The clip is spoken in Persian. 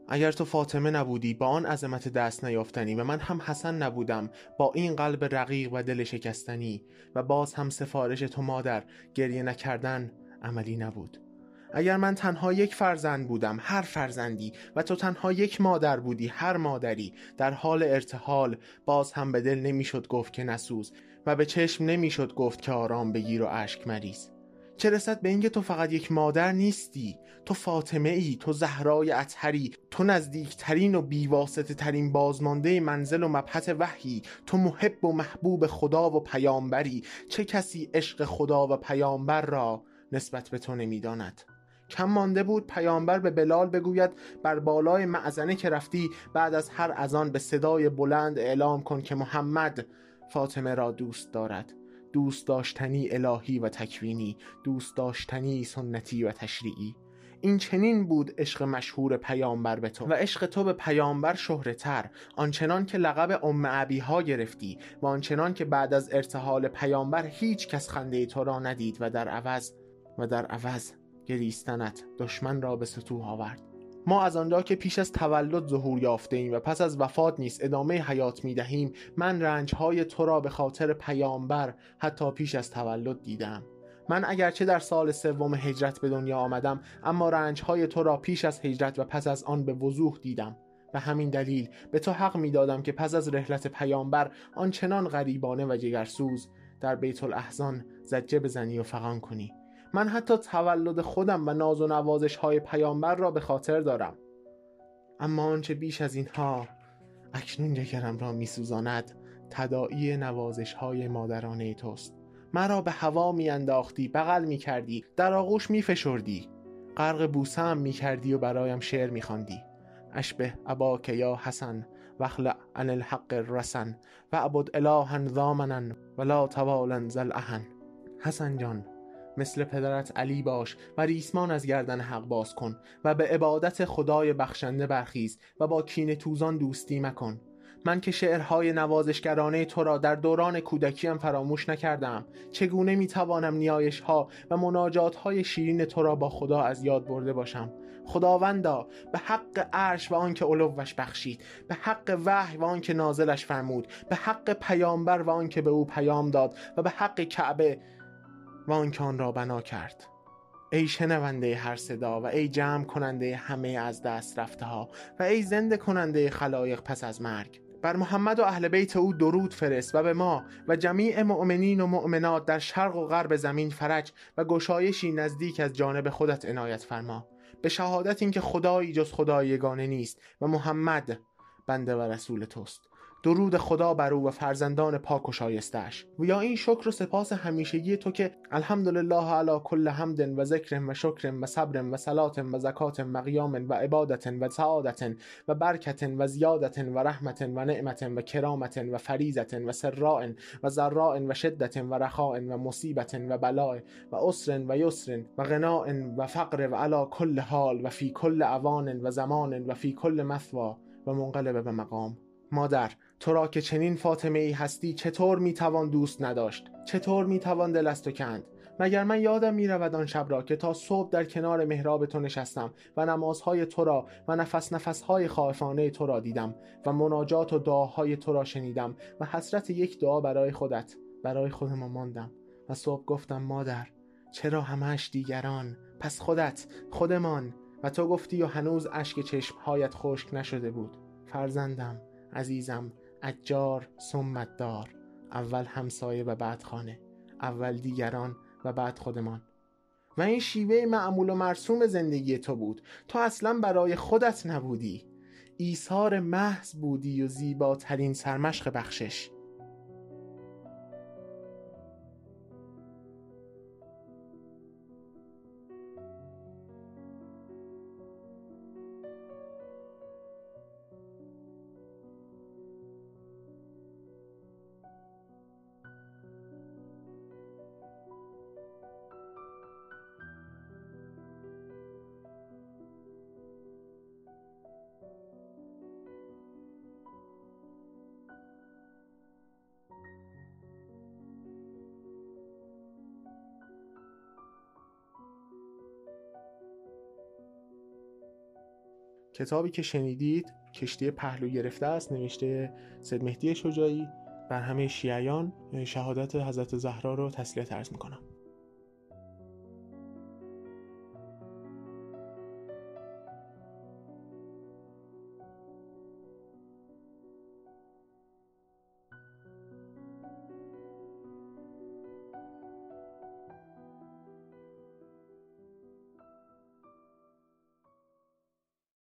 اگر تو فاطمه نبودی با آن عظمت دست نیافتنی و من هم حسن نبودم با این قلب رقیق و دل شکستنی و باز هم سفارش تو مادر گریه نکردن عملی نبود. اگر من تنها یک فرزند بودم هر فرزندی و تو تنها یک مادر بودی هر مادری در حال ارتحال باز هم به دل نمیشد گفت که نسوز و به چشم نمیشد گفت که آرام بگیر و اشک مریز. چه رسد به اینکه تو فقط یک مادر نیستی، تو فاطمه ای، تو زهرای اطهری، تو نزدیکترین و بیواسطه ترین بازمانده منزل و مبحث وحی، تو محب و محبوب خدا و پیامبری. چه کسی عشق خدا و پیامبر را نسبت به تو نمیداند؟ کم مانده بود پیامبر به بلال بگوید بر بالای مأذنه که رفتی بعد از هر اذان به صدای بلند اعلام کن که محمد فاطمه را دوست دارد، دوست داشتنی الهی و تکوینی، دوست داشتنی سنتی و تشریعی. این چنین بود عشق مشهور پیامبر به تو و عشق تو به پیامبر شهرتر، آنچنان که لقب ام ابیها گرفتی و آنچنان که بعد از ارتحال پیامبر هیچ کس خنده تو را ندید و در عوض گریستنت دشمن را به سطوح آورد. ما از آنجا که پیش از تولد ظهور یافته ایم و پس از وفات نیز ادامه حیات می دهیم، من رنجهای تو را به خاطر پیامبر حتی پیش از تولد دیدم. من اگرچه در سال 3 هجرت به دنیا آمدم، اما رنجهای تو را پیش از هجرت و پس از آن به وضوح دیدم. و همین دلیل به تو حق می دادم که پس از رحلت پیامبر آنچنان غریبانه و جگرسوز در بیت الاحزان زجه بزنی و فغان کنی. من حتی تولد خودم و ناز و نوازش های پیامبر را به خاطر دارم. اما آنچه بیش از اینها اکنون جگرم را می سوزاند تداعی نوازش های مادرانه توست. مرا به هوا می انداختی، بغل می کردی، در آغوش می فشردی، غرق بوسه ام می کردی و برایم شعر می خواندی. اشبه اباک یا حسن واخلع عن الحق الرسن و عبد الها ضامنا ولا توالا ذا الاحن. حسن جان، مثل پدرت علی باش و ریسمان از گردن حق باز کن و به عبادت خدای بخشنده برخیز و با کینه توزان دوستی مکن. من که شعرهای نوازشگرانه تو را در دوران کودکیم فراموش نکردم، چگونه میتوانم نیایشها و مناجاتهای شیرین تو را با خدا از یاد برده باشم؟ خداوندا، به حق عرش و آنکه علوش بخشید، به حق وحی و آنکه نازلش فرمود، به حق پیامبر و آنکه به او پیام داد و به حق کعبه و آنکه آن را بنا کرد. ای شنونده هر صدا و ای جمع کننده همه از دست رفته ها و ای زنده کننده خلایق پس از مرگ، بر محمد و اهل بیت او درود فرست و به ما و جمیع مؤمنین و مؤمنات در شرق و غرب زمین فرج و گشایشی نزدیک از جانب خودت عنایت فرما، به شهادت اینکه خدایی جز خدای یگانه نیست و محمد بنده و رسول توست. درود خدا بر او و فرزندان پاک و شایسته‌اش. و یا این شکر و سپاس همیشگی تو که الحمدلله علی کل حمد و ذکر و شکر و صبر و صلات و زکات و قیام و عبادت و سعادت و برکت و زیادت و رحمت و نعمت و کرامت و فریضت و سراء و ضراء و شدت و رخاء و مصیبت و بلاء و عسر و یسر و غناء و فقر و علی کل حال و فی کل اوان و زمان و فی کل مثوى و منقلب به مقام. مادر، تو را که چنین فاطمه ای هستی چطور میتوان دوست نداشت؟ چطور میتوان دل از تو کند؟ مگر من یادم میرود آن شب را که تا صبح در کنار محراب تو نشستم و نمازهای تو را و نفسهای خائفانه تو را دیدم و مناجات و دعاهای تو را شنیدم و حسرت یک دعا برای خودت، برای خودم ماندم و صبح گفتم مادر چرا همش دیگران، پس خودت، خودمان. و تو گفتی و هنوز اشک چشمهایت خشک نشده بود فرزندم، عزیزم، اجار ثم دار، اول همسایه و بعد خانه، اول دیگران و بعد خودمان. و این شیوه معمول و مرسوم زندگی تو بود. تو اصلا برای خودت نبودی، ایثار محض بودی و زیباترین سرمشق بخشش. کتابی که شنیدید کشتی پهلو گرفته است، نوشته سید مهدی شجاعی. بر همه شیعیان شهادت حضرت زهرا رو تسلیت عرض میکنم.